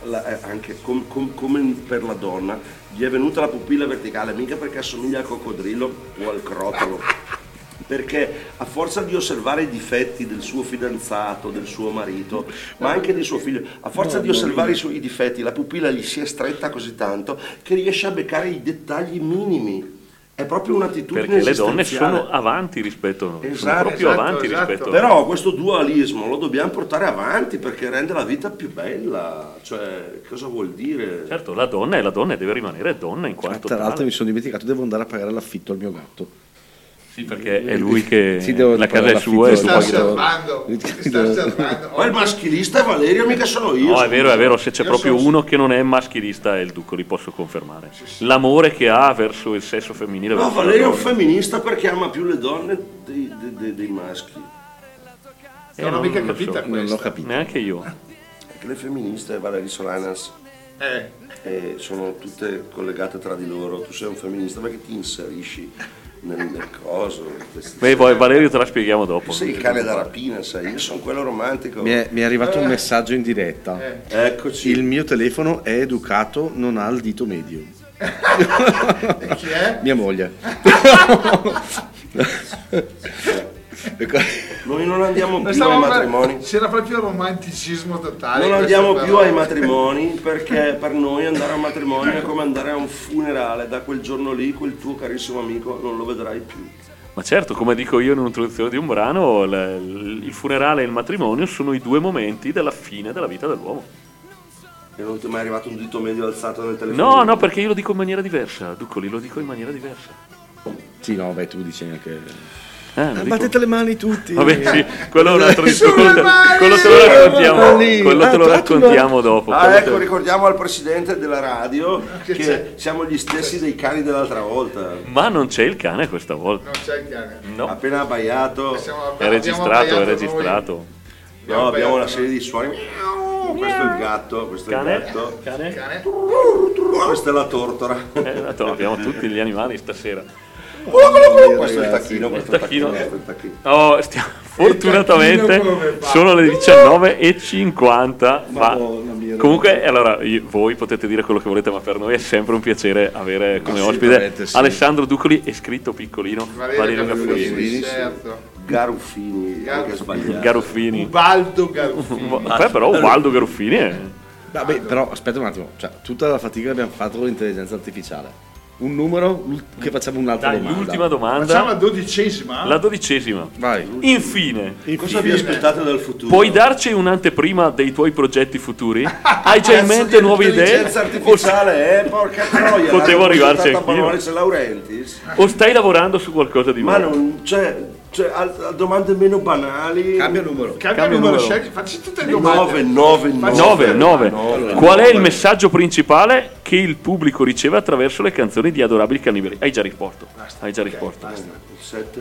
anche come per la donna, gli è venuta la pupilla verticale, mica perché assomiglia al coccodrillo o al crotolo, perché a forza di osservare i difetti del suo fidanzato, del suo marito, ma anche di suo figlio, a forza di osservare i suoi difetti, la pupilla gli si è stretta così tanto che riesce a beccare i dettagli minimi. È proprio un'attitudine perché le donne esistenziale. sono avanti rispetto a noi, Esatto, sono proprio avanti esatto. rispetto a Però questo dualismo lo dobbiamo portare avanti perché rende la vita più bella. Cioè, cosa vuol dire? Certo, la donna è la donna e deve rimanere donna in quanto Tra l'altro tale. mi sono dimenticato, devo andare a pagare l'affitto al mio gatto. Sì, perché è lui che Sì, devo la casa pagare è sua e l'affitto. tu Sta paghi. osservando. Ma il maschilista è Valerio, mica sono io. No, è vero, se c'è Io proprio sono- uno che non è maschilista è il Duccoli, posso confermare. L'amore che ha verso il sesso femminile. No, verso la Valerio è un donna. femminista perché ama più le donne dei maschi. Non ho mica lo capita so, Non l'ho questa. capito. Neanche io. Perché le femministe, Valerio Solanas, sono tutte collegate tra di loro. Tu sei un femminista perché ti inserisci nel coso. Beh, poi Valerio te la spieghiamo dopo. Tu sei il cane da rapina, sai, io sono quello romantico. Mi è arrivato un messaggio in diretta. Eccoci. Il mio telefono è educato, non ha il dito medio. E chi è? Mia moglie. Noi non andiamo più ai matrimoni. C'era proprio il romanticismo totale. Non in andiamo queste più parole. ai matrimoni perché per noi andare a un matrimonio è come andare a un funerale. Da quel giorno lì quel tuo carissimo amico non lo vedrai più. Ma certo, come dico io in un'introduzione di un brano, il funerale e il matrimonio sono i due momenti della fine della vita dell'uomo. E non ti è mai arrivato un dito medio alzato nel telefono? No, perché io lo dico in maniera diversa, Duccoli, lo dico in maniera diversa. Sì, no, beh, tu dici anche... Lo dico. Battete le mani tutti. Vabbè, sì, quello è un altro discorso. Sulle mani! Quello te lo raccontiamo, Lì. quello te lo Ah, raccontiamo dopo. Ah, quello ecco, te- ricordiamo al presidente della radio Che che c'è? siamo gli stessi dei cani dell'altra volta. Ma non c'è il cane questa volta. Non c'è il cane. No, Appena abbaiato, è registrato. no, abbiamo una serie di suoni. Questo è il gatto, questo è il Cane? gatto, Cane? questa è la tortora. Abbiamo tutti gli animali stasera. Questo è il tacchino, questo è il tacchino. tacchino, questo è il tacchino. Oh, fortunatamente sono le 19:50. Ma Madonna mia, comunque, allora, voi potete dire quello che volete, ma per noi è sempre un piacere avere come ospite Assolutamente sì. Alessandro Duccoli e scritto piccolino Valerio Garuffini, Garuffini. certo. Garuffini, anche sbagliato. Garuffini. Ubaldo Garuffini. Però Ubaldo Garuffini è... Vabbè, però aspetta un attimo, cioè, tutta la fatica che abbiamo fatto con l'intelligenza artificiale. Un numero che facciamo un'altra Dai, domanda. l'ultima domanda. Facciamo la 12ª? La 12ª. Vai. Infine, Cosa vi aspettate dal futuro? puoi darci un'anteprima dei tuoi progetti futuri? Hai già in Cazzo mente di nuove idee? intelligenza artificiale, porca troia. Potevo l'hanno arrivarci presentata anch'io. a Bonolis e Laurentiis. O stai lavorando su qualcosa di Ma nuovo? non c'è a domande meno banali. Cambia numero. Cambia Cambia numero, numero. scegli, facci tutte le domande. 9. 9. Qual è il messaggio principale che il pubblico riceve attraverso le canzoni di Adorabili Cannibali? Hai già risposto. Hai già risposto. 7.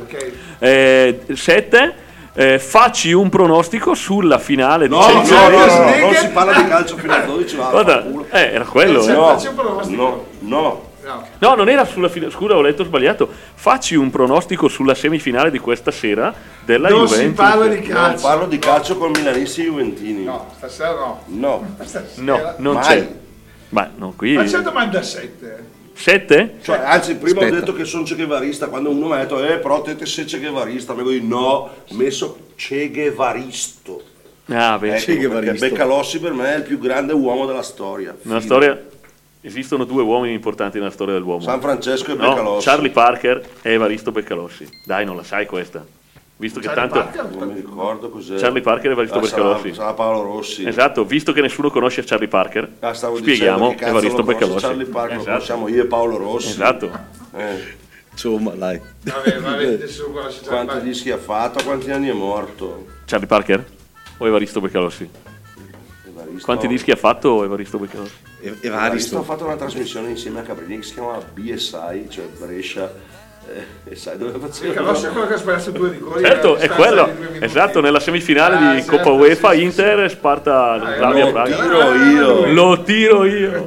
Ok. 7. Facci un pronostico sulla finale di No, Champions- non si parla di calcio fino al 12. Va, Guarda, fanculo. era quello. No. No, Facci un pronostico. no. No. No, non era sulla finale. Scusa, ho letto sbagliato. Facci un pronostico sulla semifinale di questa sera della Non Juventus. si parla di Non calcio. parlo di calcio con milanisti e juventini. No, stasera no. No. Stasera. No, non Mai. c'è. Ma no, qui. Faccia domanda 7. 7? Cioè, anzi, prima Aspetta. ho detto che sono Che Guevarista, quando uno mi ha detto, però te sei Che Guevarista, mi dico, no, ho messo Che Guevaristo. Ah, beh, Ecco, perché Beccalossi per me è il più grande uomo della storia. nella Fine. storia esistono due uomini importanti nella storia dell'uomo. San Francesco e No, Beccalossi. Charlie Parker e Evaristo Beccalossi. Dai, non la sai questa. Visto che Charlie tanto Parker? Non mi ricordo cos'è. Charlie Parker e Evaristo Beccalossi. Sarà Paolo Rossi. Esatto, visto che nessuno conosce Charlie Parker, Stavo spieghiamo dicendo che cazzo Evaristo lo conosce Beccalossi. Charlie Parker, lo Esatto. conosciamo io e Paolo Rossi. Esatto. Insomma, dai. Vabbè, nessuno conosce Quanti Charlie dischi ha fatto? A quanti anni è morto? Charlie Parker o Evaristo Beccalossi? Evaristo. Quanti dischi ha fatto Evaristo Beccalossi? Evaristo ha Evaristo. fatto una trasmissione insieme a Cabrini che si chiamava BSI, cioè Brescia. E sai dove faceva? Conosce quello che ha sbagliato 2 rigori. Certo, a è distanza quello. di 2 minuti. Esatto, nella semifinale di certo, Coppa UEFA, sì, sì, Inter, Sparta, Slavia Lo Praga. tiro io. Lo tiro io.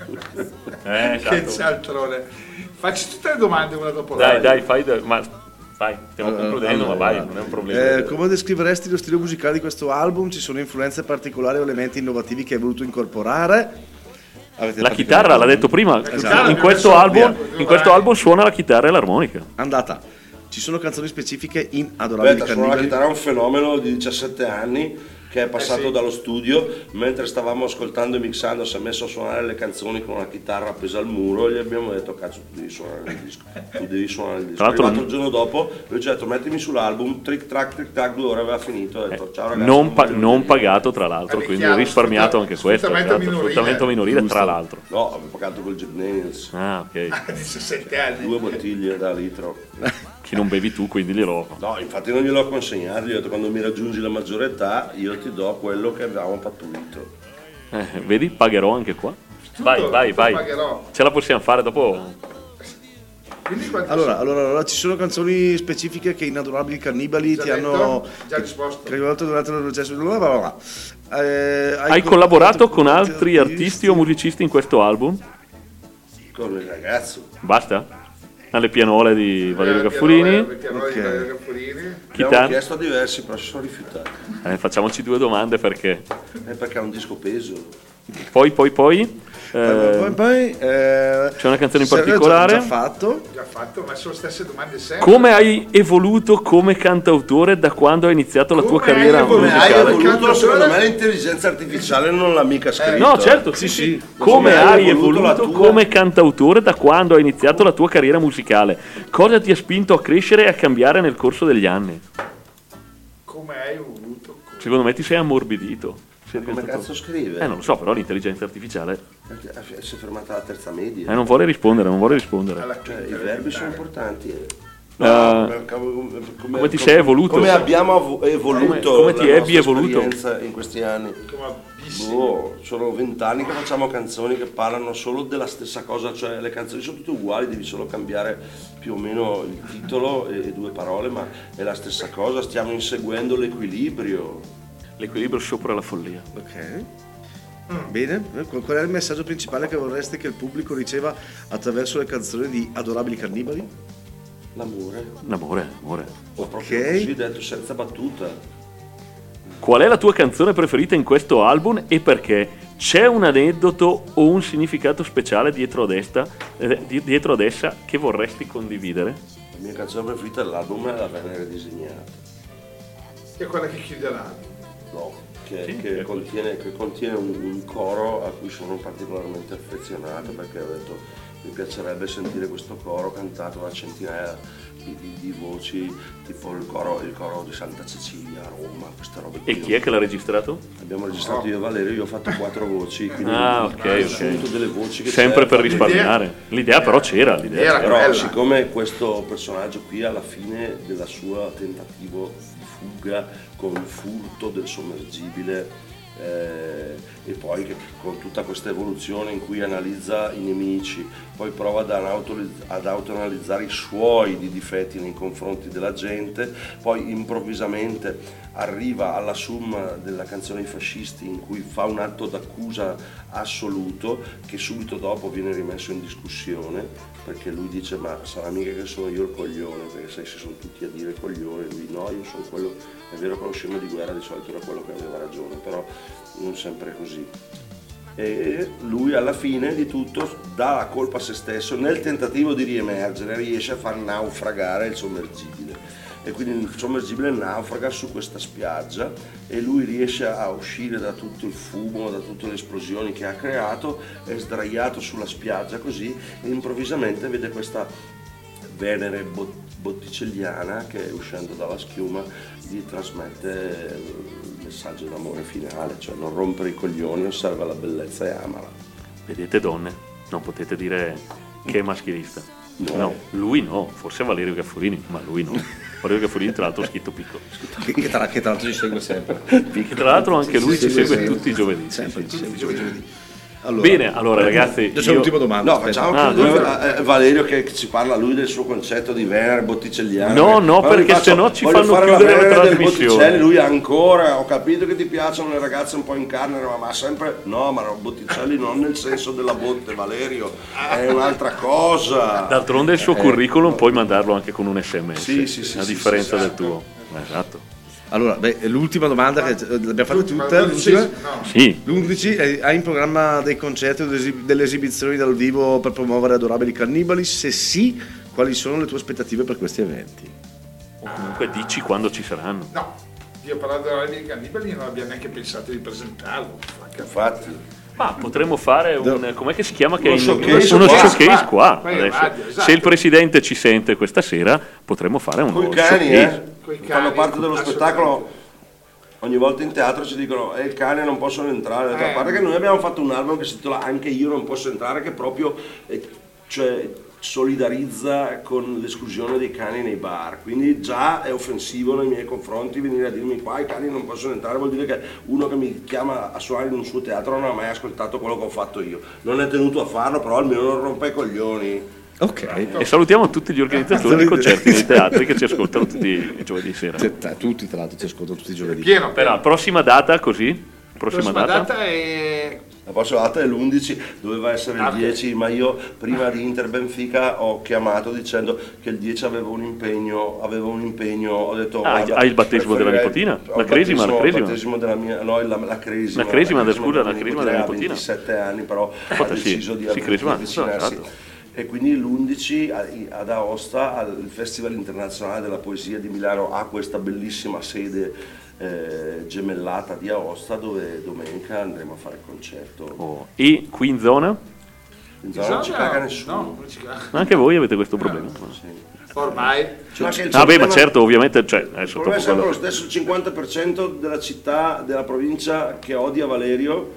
Che Esatto. cialtrone. Facci tutte le domande una dopo l'altra. Dai, fai. Ma Vai, stiamo concludendo, ma vai, non è un problema. Come descriveresti lo stile musicale di questo album? Ci sono influenze particolari o elementi innovativi che hai voluto incorporare? La chitarra, l'ha detto prima, Esatto. in questo album suona la chitarra e l'armonica. Andata. Ci sono canzoni specifiche in Adorabili Suona la Cannibali? chitarra è un fenomeno di 17 anni che è passato dallo studio, mentre stavamo ascoltando e mixando, si è messo a suonare le canzoni con una chitarra appesa al muro, e gli abbiamo detto cazzo tu devi suonare il disco, È arrivato il giorno dopo, lui ci ha detto mettimi sull'album, trick track, 2 ore aveva finito, ha detto ciao ragazzi. Non pagato tra l'altro, quindi ho risparmiato anche questo, sfruttamento minorile tra l'altro. No, avevo pagato col Jack Daniels. Ah, ok. 17 anni. 2 bottiglie da litro. Che non bevi tu, quindi glielo... No, infatti non gliel'ho consegnato, gli ho detto quando mi raggiungi la maggiore età io ti do quello che avevamo pattuito. Vedi, pagherò anche qua. Vai. Pagherò. Ce la possiamo fare dopo. Allora, ci sono canzoni specifiche che in Adorabili Cannibali ti hanno... Già risposto. Che durante il processo Hai collaborato con altri artisti o musicisti in questo album? Con il ragazzo. Basta? Alle pianole di Valerio Gaffurini. Abbiamo chiesto a diversi, però si sono rifiutati. Facciamoci 2 domande perché. Perché è un disco peso. Poi c'è una canzone in particolare. Già fatto, ma sono le stesse domande sempre. Come hai evoluto come cantautore da quando hai iniziato la tua carriera musicale? Hai evoluto, secondo me l'intelligenza artificiale non l'ha mica scritto. No, certo, sì. Come hai evoluto come cantautore da quando hai iniziato la tua carriera musicale? Cosa ti ha spinto a crescere e a cambiare nel corso degli anni? Come hai evoluto? Secondo me ti sei ammorbidito. Come cazzo scrive? Non lo so, però l'intelligenza artificiale Si è fermata alla terza media. non vuole rispondere. Cioè, i verbi sono importanti. Come ti sei evoluto? Come abbiamo evoluto? Come ti ebbi evoluto? In questi anni. Sono 20 anni che facciamo canzoni che parlano solo della stessa cosa, cioè le canzoni sono tutte uguali, devi solo cambiare più o meno il titolo e 2 parole, ma è la stessa cosa, stiamo inseguendo l'equilibrio sopra la follia. Ok. Bene, qual è il messaggio principale che vorresti che il pubblico riceva attraverso le canzoni di Adorabili Cannibali? L'amore. Ho proprio così detto senza battuta. Qual è la tua canzone preferita in questo album e perché? C'è un aneddoto o un significato speciale dietro ad essa che vorresti condividere? La mia canzone preferita dell'album è La Venere disegnata. Che è quella che chiude l'album. No, che contiene un coro a cui sono particolarmente affezionato, perché ho detto mi piacerebbe sentire questo coro cantato da centinaia di voci, tipo il coro di Santa Cecilia a Roma, queste robe qui. E chi è che l'ha registrato? Abbiamo registrato io e Valerio, io ho fatto 4 voci, quindi ok. delle voci che sempre per risparmiare. L'idea però c'era, però siccome questo personaggio qui alla fine della sua tentativo di fuga con il furto del sommergibile e poi con tutta questa evoluzione in cui analizza i nemici, poi prova ad autoanalizzare i suoi di difetti nei confronti della gente, poi improvvisamente arriva alla summa della canzone ai fascisti in cui fa un atto d'accusa assoluto che subito dopo viene rimesso in discussione, perché lui dice ma sarà mica che sono io il coglione, perché sai se sono tutti a dire coglione, lui no, io sono quello, è vero che lo scemo di guerra di solito era quello che aveva ragione, però non sempre è così. E lui alla fine di tutto dà la colpa a se stesso, nel tentativo di riemergere riesce a far naufragare il sommergibile e quindi il sommergibile naufraga su questa spiaggia e lui riesce a uscire da tutto il fumo, da tutte le esplosioni che ha creato, è sdraiato sulla spiaggia così e improvvisamente vede questa Venere botticelliana che uscendo dalla schiuma gli trasmette il messaggio d'amore finale, cioè non rompere i coglioni, osserva la bellezza e amala. Vedete donne, non potete dire che è maschilista. No, lui no, forse Valerio Gaffurini, ma lui no. Valerio Gaffurini tra l'altro scritto piccolo. Che tra l'altro ci segue sempre. Che tra l'altro anche lui ci segue tutti i giovedì. Sempre, tutti i giovedì. Bene, allora ragazzi, c'è l'ultima domanda. No, facciamo Valerio che ci parla lui del suo concetto di Venere No, botticelliano. perché sennò ci fanno chiudere le trasmissioni. Lui ancora, ho capito che ti piacciono le ragazze un po' in carne, ma sempre no, ma Botticelli non nel senso della botte, Valerio, è un'altra cosa. D'altronde il suo curriculum puoi mandarlo anche con un SMS, sì, a differenza del tuo. Esatto. Allora, l'ultima domanda che l'abbiamo fatta tutta, l'11 hai in programma dei concerti o delle esibizioni dal vivo per promuovere Adorabili Cannibali? Se sì, quali sono le tue aspettative per questi eventi? O comunque dici quando ci saranno. No, io per Adorabili Cannibali non abbiamo neanche pensato di presentarlo. Infatti. Ma potremmo fare com'è che si chiama? Uno showcase qua. Adesso. Se il presidente ci sente questa sera, potremmo fare un showcase. Fanno parte dello spettacolo. Ogni volta in teatro ci dicono il cane non possono entrare. A parte che noi abbiamo fatto un album che si intitola Anche io non posso entrare, che proprio solidarizza con l'esclusione dei cani nei bar, quindi già è offensivo nei miei confronti venire a dirmi qua i cani non possono entrare, vuol dire che uno che mi chiama a suonare in un suo teatro non ha mai ascoltato quello che ho fatto io, non è tenuto a farlo, però almeno non rompe i coglioni. Ok. E salutiamo tutti gli organizzatori dei concerti nei teatri che ci ascoltano tutti i giovedì sera. Tutti tra l'altro ci ascoltano tutti i giovedì. Pieno. Però prossima data così? Prossima data è... La prossima data è l'11, doveva essere il 10, ma io prima di Inter Benfica ho chiamato dicendo che il 10 avevo un impegno, ho detto hai il battesimo della nipotina? La cresima? Il battesimo della mia, no, la cresima. La cresima della nipotina. Ha 27 anni, però ha deciso di avvicinarsi. E quindi l'11 ad Aosta, al Festival Internazionale della Poesia di Milano, ha questa bellissima sede gemellata di Aosta, dove domenica andremo a fare il concerto. E qui in zona? In zona non ci caga nessuno. No, non ci caga. Anche voi avete questo problema? Sì. Ormai. Ma certo, ovviamente il problema è sempre lo stesso, il 50% della città, della provincia che odia Valerio,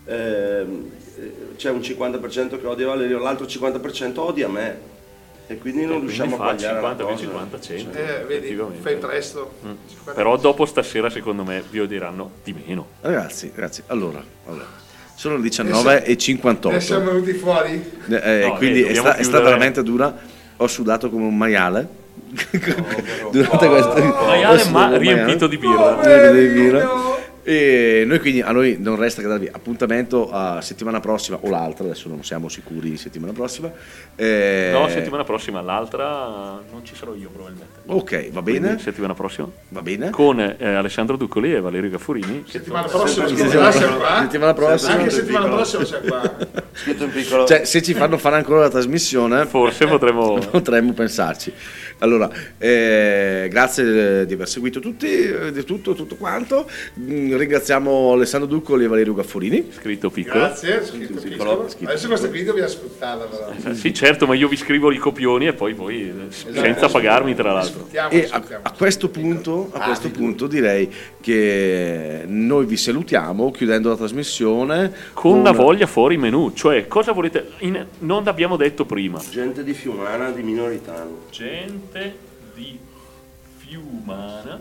c'è un 50% che odia Valerio, l'altro 50% odia me. E quindi non riusciamo a pagliare 50, 100. Vedi, fai presto. Però dopo stasera secondo me vi odieranno di meno. Ragazzi, allora sono le 19:58. Ne siamo venuti fuori? Quindi è stata veramente dura. Ho sudato come un maiale durante questo maiale, ma riempito di birra. E noi quindi a noi non resta che darvi appuntamento a settimana prossima o l'altra, adesso non siamo sicuri settimana prossima. No, settimana prossima, l'altra non ci sarò io probabilmente. Ok, va bene. Quindi, settimana prossima. Va bene. Con Alessandro Duccoli e Valerio Gaffurini. Settimana prossima Anche settimana prossima siamo qua. Scritto in piccolo. Cioè, se ci fanno fare ancora la trasmissione, forse potremmo pensarci. Allora, grazie di aver seguito tutti, di tutto quanto. Ringraziamo Alessandro Duccoli e Valerio Gaffurini. Scritto piccolo. Grazie, scritto piccolo. Adesso questo video vi ascoltate. Sì, certo, ma io vi scrivo i copioni e poi voi senza pagarmi, tra l'altro. E a questo punto direi che noi vi salutiamo chiudendo la trasmissione con una voglia fuori menù. Cioè, cosa volete? Non abbiamo detto prima. Gente di Fiumana di Minoritano. Gente di Fiumana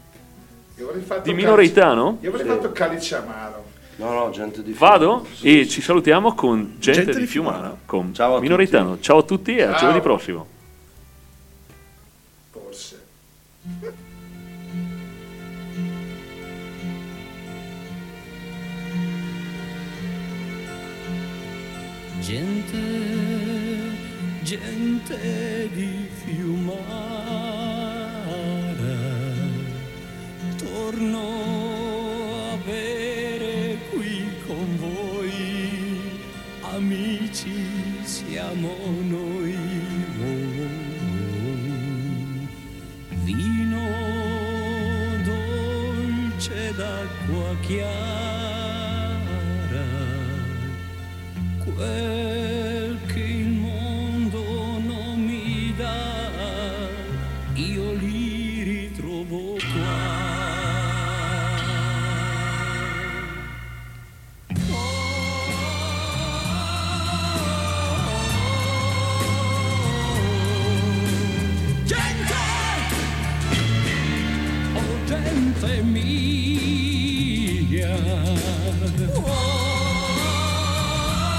di Minoritano? Io avrei fatto calice amaro. No, gente di Fiumana. Vado e ci salutiamo con gente di Fiumana, con ciao Minoritano. Ciao a tutti e a giovedì prossimo. Forse. Gente di Fiumara, torno a bere qui con voi, amici siamo noi. Vino dolce d'acqua chiara, quel che il mondo non mi dà, io li ritrovo qua. Gente mia,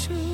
you.